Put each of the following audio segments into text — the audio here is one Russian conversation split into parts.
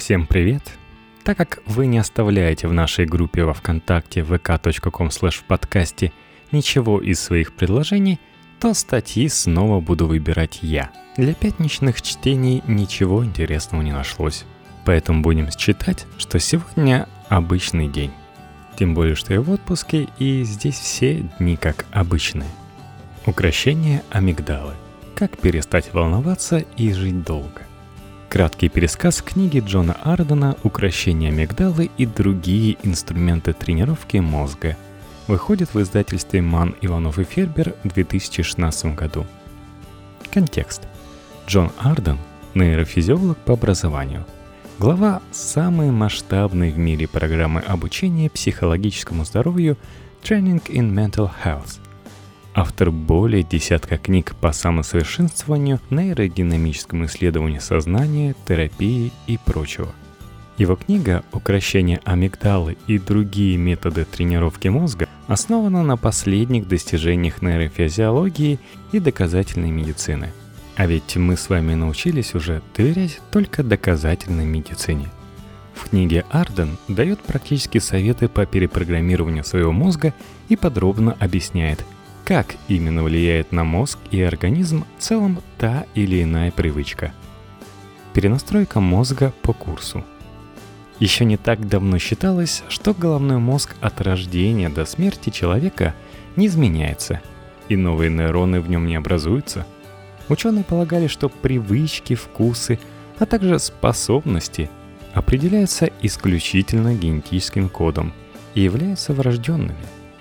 Всем привет! Так как вы не оставляете в нашей группе во ВКонтакте vk.com/подкасте ничего из своих предложений, то статьи снова буду выбирать я. Для пятничных чтений ничего интересного не нашлось. Поэтому будем считать, что сегодня обычный день. Тем более, что я в отпуске, и здесь все дни как обычные. Укрощение амигдалы. Как перестать волноваться и жить долго. Краткий пересказ книги Джона Ардена «Укрощение амигдалы и другие инструменты тренировки мозга» выходит в издательстве Манн, Иванов и Фербер в 2016 году. Контекст. Джон Арден – нейрофизиолог по образованию. Глава самой масштабной в мире программы обучения психологическому здоровью Training in Mental Health. Автор более десятка книг по самосовершенствованию, нейродинамическому исследованию сознания, терапии и прочего. Его книга «Укрощение амигдалы и другие методы тренировки мозга» основана на последних достижениях нейрофизиологии и доказательной медицины. А ведь мы с вами научились уже доверять только доказательной медицине. В книге Арден дает практические советы по перепрограммированию своего мозга и подробно объясняет, как именно влияет на мозг и организм в целом та или иная привычка. Перенастройка мозга по курсу. Еще не так давно считалось, что головной мозг от рождения до смерти человека не изменяется, и новые нейроны в нем не образуются. Ученые полагали, что привычки, вкусы, а также способности определяются исключительно генетическим кодом и являются врожденными.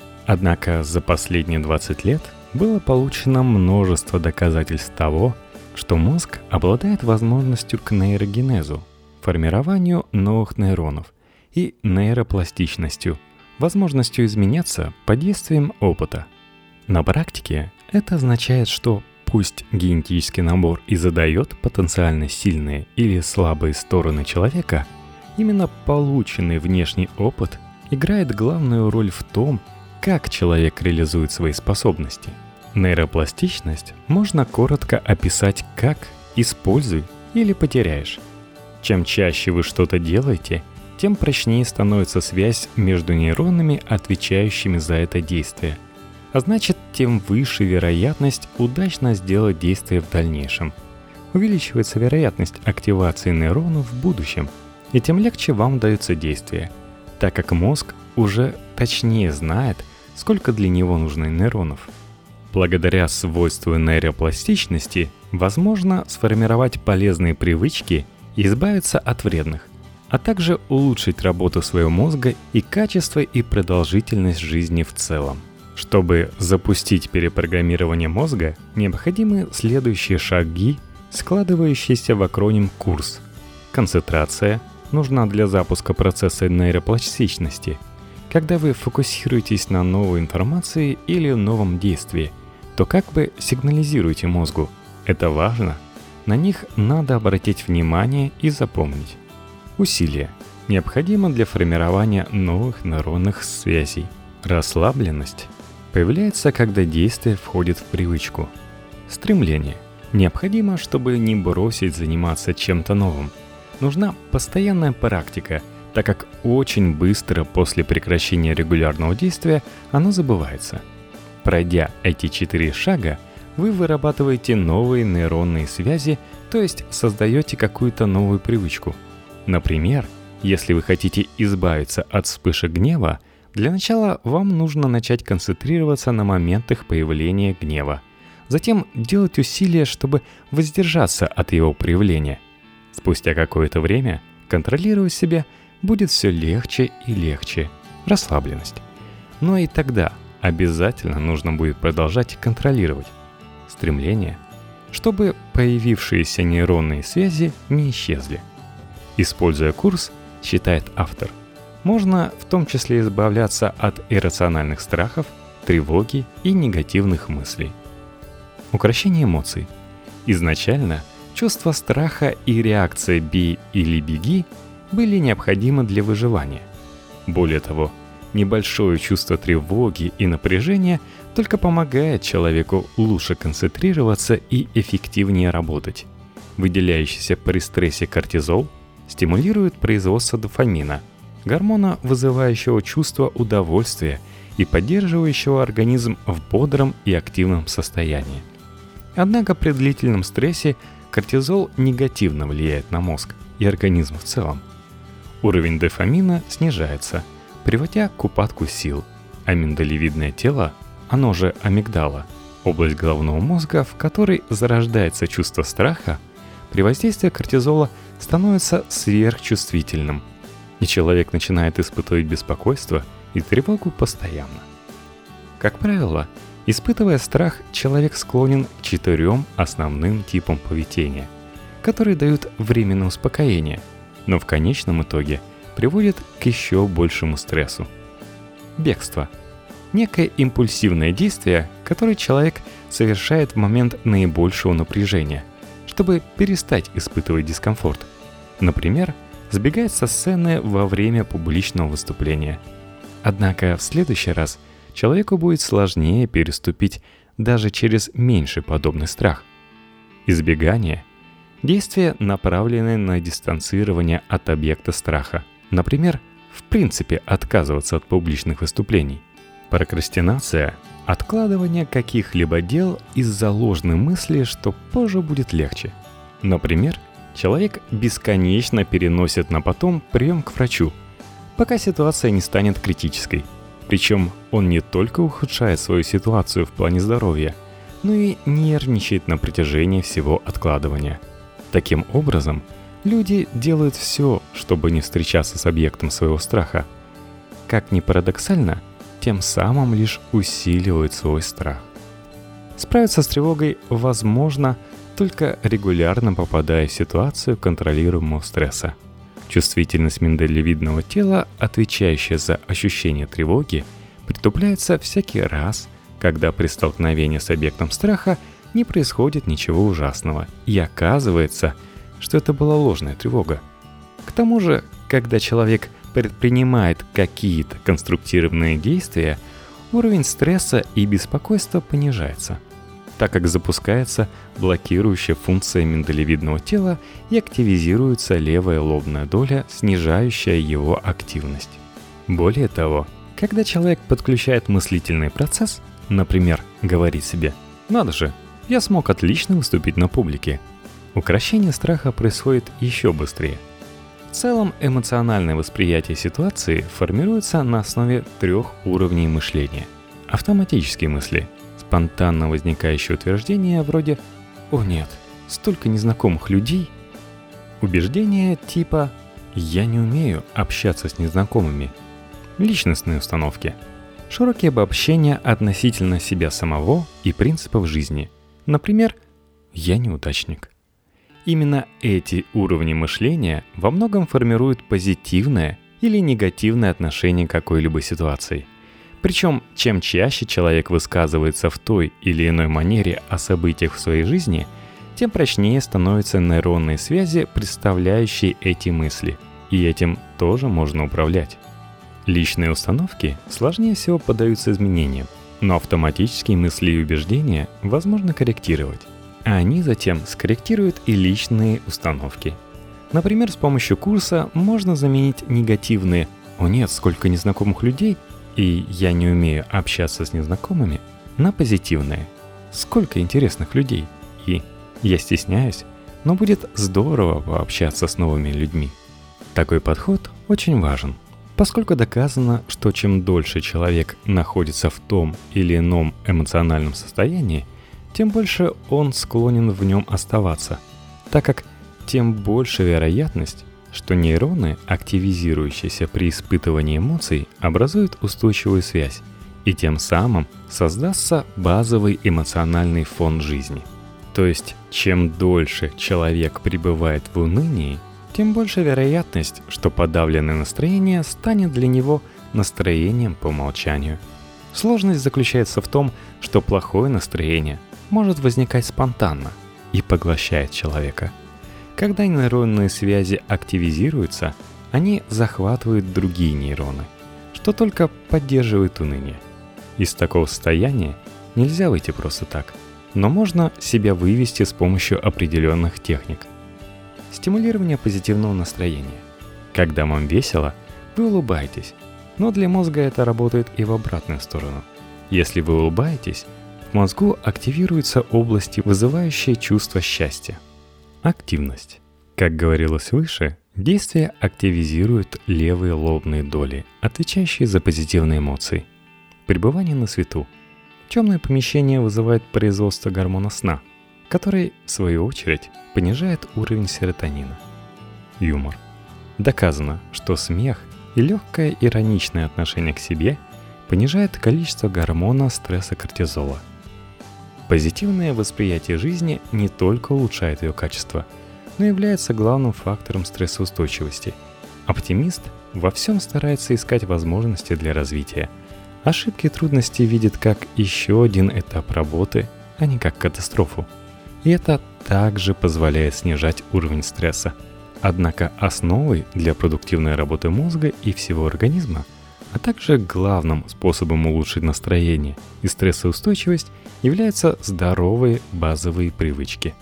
Однако за последние 20 лет было получено множество доказательств того, что мозг обладает возможностью к нейрогенезу, формированию новых нейронов и нейропластичностью, возможностью изменяться под действием опыта. На практике это означает, что пусть генетический набор и задает потенциально сильные или слабые стороны человека, именно полученный внешний опыт играет главную роль в том, как человек реализует свои способности. Нейропластичность можно коротко описать как «используй или потеряешь». Чем чаще вы что-то делаете, тем прочнее становится связь между нейронами, отвечающими за это действие. А значит, тем выше вероятность удачно сделать действие в дальнейшем. Увеличивается вероятность активации нейронов в будущем, и тем легче вам дается действие, так как мозг уже точнее знает, сколько для него нужно нейронов. Благодаря свойству нейропластичности возможно сформировать полезные привычки и избавиться от вредных, а также улучшить работу своего мозга и качество и продолжительность жизни в целом. Чтобы запустить перепрограммирование мозга, необходимы следующие шаги, складывающиеся в акроним КУРС. Концентрация нужна для запуска процесса нейропластичности. Когда вы фокусируетесь на новой информации или новом действии, то как бы сигнализируете мозгу. Это важно. На них надо обратить внимание и запомнить. Усилия необходимо для формирования новых нейронных связей. Расслабленность появляется, когда действие входит в привычку. Стремление необходимо, чтобы не бросить заниматься чем-то новым. Нужна постоянная практика, так как очень быстро после прекращения регулярного действия оно забывается. Пройдя эти 4 шага, вы вырабатываете новые нейронные связи, то есть создаете какую-то новую привычку. Например, если вы хотите избавиться от вспышек гнева, для начала вам нужно начать концентрироваться на моментах появления гнева. Затем делать усилия, чтобы воздержаться от его проявления. Спустя какое-то время контролировать себя будет все легче и легче. Расслабленность. Но и тогда обязательно нужно будет продолжать контролировать. Стремление, чтобы появившиеся нейронные связи не исчезли. Используя курс, считает автор, можно в том числе избавляться от иррациональных страхов, тревоги и негативных мыслей. Укрощение эмоций. Изначально чувство страха и реакция «бей или беги» были необходимы для выживания. Более того, небольшое чувство тревоги и напряжения только помогает человеку лучше концентрироваться и эффективнее работать. Выделяющийся при стрессе кортизол стимулирует производство дофамина, гормона, вызывающего чувство удовольствия и поддерживающего организм в бодром и активном состоянии. Однако при длительном стрессе кортизол негативно влияет на мозг и организм в целом. Уровень дофамина снижается, приводя к упадку сил, а миндалевидное тело, оно же амигдала, область головного мозга, в которой зарождается чувство страха, при воздействии кортизола становится сверхчувствительным, и человек начинает испытывать беспокойство и тревогу постоянно. Как правило, испытывая страх, человек склонен к 4 основным типам поведения, которые дают временное успокоение, но в конечном итоге приводят к еще большему стрессу. Бегство – некое импульсивное действие, которое человек совершает в момент наибольшего напряжения, чтобы перестать испытывать дискомфорт. Например, сбегает со сцены во время публичного выступления. Однако в следующий раз человеку будет сложнее переступить даже через меньший подобный страх. Избегание – действие, направленное на дистанцирование от объекта страха. Например, в принципе отказываться от публичных выступлений. Прокрастинация – откладывание каких-либо дел из-за ложной мысли, что позже будет легче. Например, человек бесконечно переносит на потом прием к врачу, пока ситуация не станет критической. Причем он не только ухудшает свою ситуацию в плане здоровья, но и нервничает на протяжении всего откладывания. Таким образом, люди делают все, чтобы не встречаться с объектом своего страха. Как ни парадоксально, тем самым лишь усиливают свой страх. Справиться с тревогой возможно, только регулярно попадая в ситуацию контролируемого стресса. Чувствительность миндалевидного тела, отвечающая за ощущение тревоги, притупляется всякий раз, когда при столкновении с объектом страха не происходит ничего ужасного, и оказывается, что это была ложная тревога. К тому же, когда человек предпринимает какие-то конструктивные действия, уровень стресса и беспокойства понижается, так как запускается блокирующая функция миндалевидного тела и активизируется левая лобная доля, снижающая его активность. Более того, когда человек подключает мыслительный процесс, например, говорит себе «надо же, я смог отлично выступить на публике», укрощение страха происходит еще быстрее. В целом, эмоциональное восприятие ситуации формируется на основе 3 уровней мышления. Автоматические мысли, спонтанно возникающие утверждения вроде «О нет, столько незнакомых людей». Убеждения типа «Я не умею общаться с незнакомыми». Личностные установки. Широкие обобщения относительно себя самого и принципов жизни. Например, «Я неудачник». Именно эти уровни мышления во многом формируют позитивное или негативное отношение к какой-либо ситуации. Причем, чем чаще человек высказывается в той или иной манере о событиях в своей жизни, тем прочнее становятся нейронные связи, представляющие эти мысли, и этим тоже можно управлять. Личные установки сложнее всего поддаются изменениям, но автоматические мысли и убеждения возможно корректировать. А они затем скорректируют и личные установки. Например, с помощью курса можно заменить негативные «О нет, сколько незнакомых людей» и «Я не умею общаться с незнакомыми» на позитивные «Сколько интересных людей» и «Я стесняюсь, но будет здорово пообщаться с новыми людьми». Такой подход очень важен, поскольку доказано, что чем дольше человек находится в том или ином эмоциональном состоянии, тем больше он склонен в нем оставаться, так как тем больше вероятность, что нейроны, активизирующиеся при испытывании эмоций, образуют устойчивую связь, и тем самым создастся базовый эмоциональный фон жизни. То есть, чем дольше человек пребывает в унынии, тем больше вероятность, что подавленное настроение станет для него настроением по умолчанию. Сложность заключается в том, что плохое настроение может возникать спонтанно и поглощает человека. Когда нейронные связи активизируются, они захватывают другие нейроны, что только поддерживает уныние. Из такого состояния нельзя выйти просто так, но можно себя вывести с помощью определенных техник. стимулирование позитивного настроения. Когда вам весело, вы улыбаетесь, но для мозга это работает и в обратную сторону. Если вы улыбаетесь, в мозгу активируются области, вызывающие чувство счастья. Активность. Как говорилось выше, действие активизирует левые лобные доли, отвечающие за позитивные эмоции. Пребывание на свету. Темное помещение вызывает производство гормона сна, который, в свою очередь, понижает уровень серотонина. Юмор. Доказано, что смех и легкое ироничное отношение к себе понижает количество гормона стресса кортизола. Позитивное восприятие жизни не только улучшает ее качество, но является главным фактором стрессоустойчивости. Оптимист во всем старается искать возможности для развития. Ошибки и трудности видит как еще один этап работы, а не как катастрофу. И это также позволяет снижать уровень стресса. Однако основой для продуктивной работы мозга и всего организма, а также главным способом улучшить настроение и стрессоустойчивость являются здоровые базовые привычки.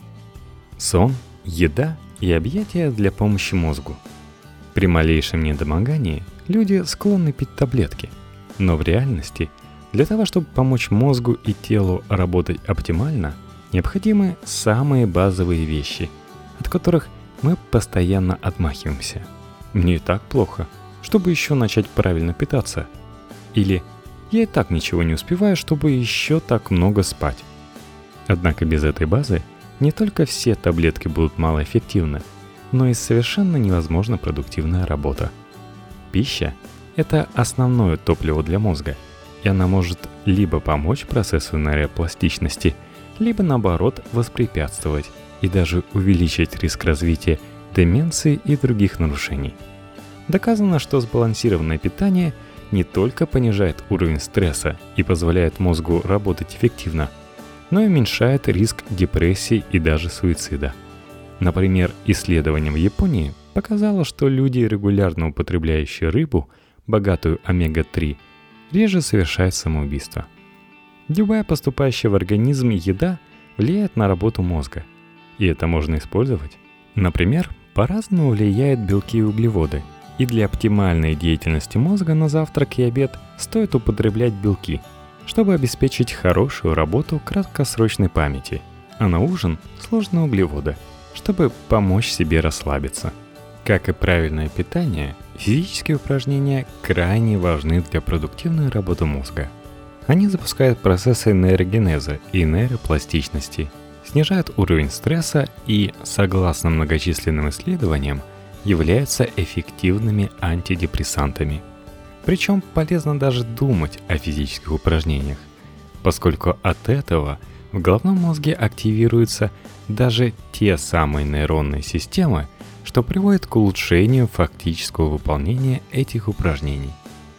Сон, еда и объятия для помощи мозгу. При малейшем недомогании люди склонны пить таблетки, но в реальности для того, чтобы помочь мозгу и телу работать оптимально, необходимы самые базовые вещи, от которых мы постоянно отмахиваемся. Мне и так плохо, чтобы еще начать правильно питаться. Или я и так ничего не успеваю, чтобы еще так много спать. Однако без этой базы не только все таблетки будут малоэффективны, но и совершенно невозможна продуктивная работа. Пища – это основное топливо для мозга, и она может либо помочь процессу нейропластичности, либо наоборот воспрепятствовать и даже увеличить риск развития деменции и других нарушений. Доказано, что сбалансированное питание не только понижает уровень стресса и позволяет мозгу работать эффективно, но и уменьшает риск депрессии и даже суицида. Например, исследование в Японии показало, что люди, регулярно употребляющие рыбу, богатую омега-3, реже совершают самоубийство. Любая поступающая в организм еда влияет на работу мозга, и это можно использовать. Например, по-разному влияют белки и углеводы, и для оптимальной деятельности мозга на завтрак и обед стоит употреблять белки, чтобы обеспечить хорошую работу краткосрочной памяти, а на ужин – сложные углеводы, чтобы помочь себе расслабиться. Как и правильное питание, физические упражнения крайне важны для продуктивной работы мозга. Они запускают процессы нейрогенеза и нейропластичности, снижают уровень стресса и, согласно многочисленным исследованиям, являются эффективными антидепрессантами. Причем полезно даже думать о физических упражнениях, поскольку от этого в головном мозге активируются даже те самые нейронные системы, что приводит к улучшению фактического выполнения этих упражнений.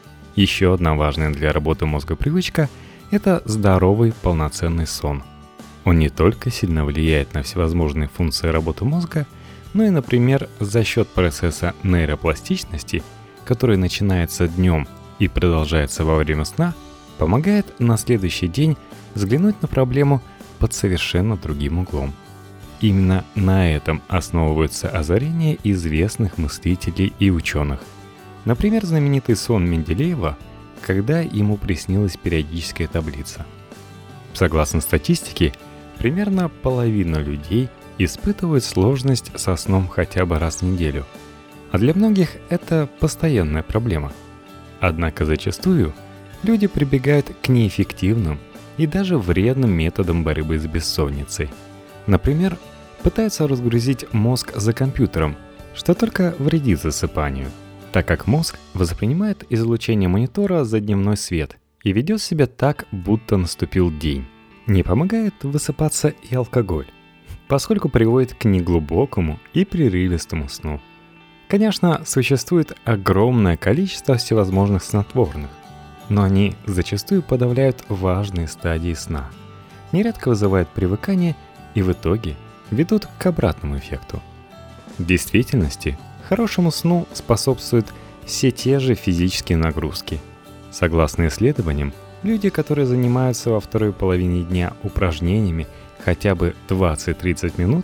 Еще одна важная для работы мозга привычка – это здоровый полноценный сон. Он не только сильно влияет на всевозможные функции работы мозга, но и, например, за счет процесса нейропластичности, который начинается днем и продолжается во время сна, помогает на следующий день взглянуть на проблему под совершенно другим углом. Именно на этом основываются озарения известных мыслителей и ученых. Например, знаменитый сон Менделеева, когда ему приснилась периодическая таблица. Согласно статистике, примерно половина людей испытывают сложность со сном хотя бы раз в неделю, а для многих это постоянная проблема. Однако зачастую люди прибегают к неэффективным и даже вредным методам борьбы с бессонницей. Например, пытаются разгрузить мозг за компьютером, что только вредит засыпанию, так как мозг воспринимает излучение монитора за дневной свет и ведет себя так, будто наступил день. Не помогает высыпаться и алкоголь, поскольку приводит к неглубокому и прерывистому сну. Конечно, существует огромное количество всевозможных снотворных, но они зачастую подавляют важные стадии сна, нередко вызывают привыкание и в итоге ведут к обратному эффекту. В действительности, хорошему сну способствуют все те же физические нагрузки. Согласно исследованиям, люди, которые занимаются во второй половине дня упражнениями хотя бы 20-30 минут,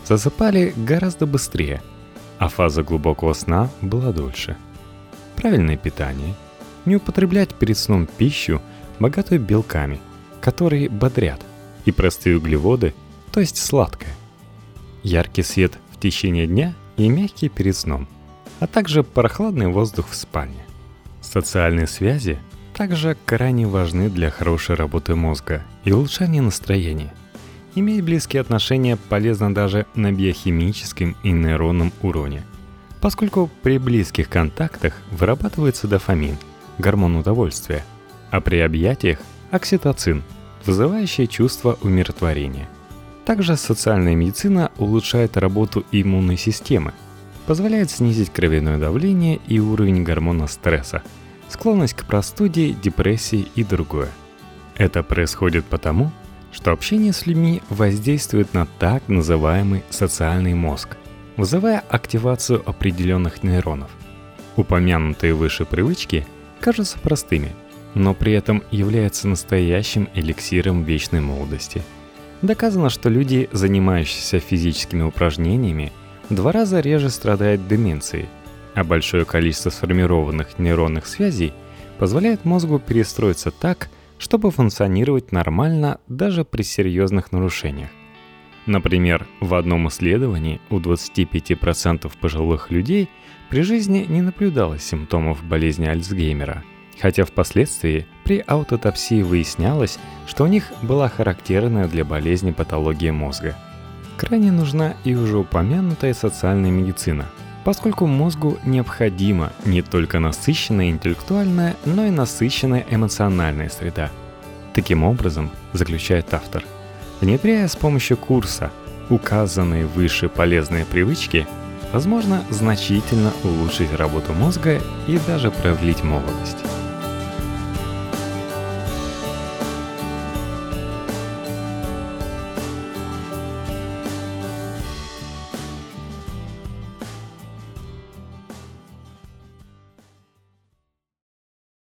засыпали гораздо быстрее, а фаза глубокого сна была дольше. Правильное питание, не употреблять перед сном пищу, богатую белками, которые бодрят, и простые углеводы, то есть сладкое. Яркий свет в течение дня и мягкий перед сном, а также прохладный воздух в спальне. Социальные связи также крайне важны для хорошей работы мозга и улучшения настроения. Иметь близкие отношения полезно даже на биохимическом и нейронном уровне, поскольку при близких контактах вырабатывается дофамин, гормон удовольствия, а при объятиях – окситоцин, вызывающий чувство умиротворения. Также социальная медицина улучшает работу иммунной системы, позволяет снизить кровяное давление и уровень гормона стресса, склонность к простуде, депрессии и другое. Это происходит потому, что общение с людьми воздействует на так называемый социальный мозг, вызывая активацию определенных нейронов. Упомянутые выше привычки кажутся простыми, но при этом являются настоящим эликсиром вечной молодости. Доказано, что люди, занимающиеся физическими упражнениями, в 2 раза реже страдают деменцией, а большое количество сформированных нейронных связей позволяет мозгу перестроиться так, чтобы функционировать нормально даже при серьезных нарушениях. Например, в одном исследовании у 25% пожилых людей при жизни не наблюдалось симптомов болезни Альцгеймера, хотя впоследствии при аутотопсии выяснялось, что у них была характерная для болезни патология мозга. Крайне нужна и уже упомянутая социальная медицина, поскольку мозгу необходима не только насыщенная интеллектуальная, но и насыщенная эмоциональная среда. Таким образом, заключает автор, внедряя с помощью курса указанные выше полезные привычки, возможно значительно улучшить работу мозга и даже продлить молодость.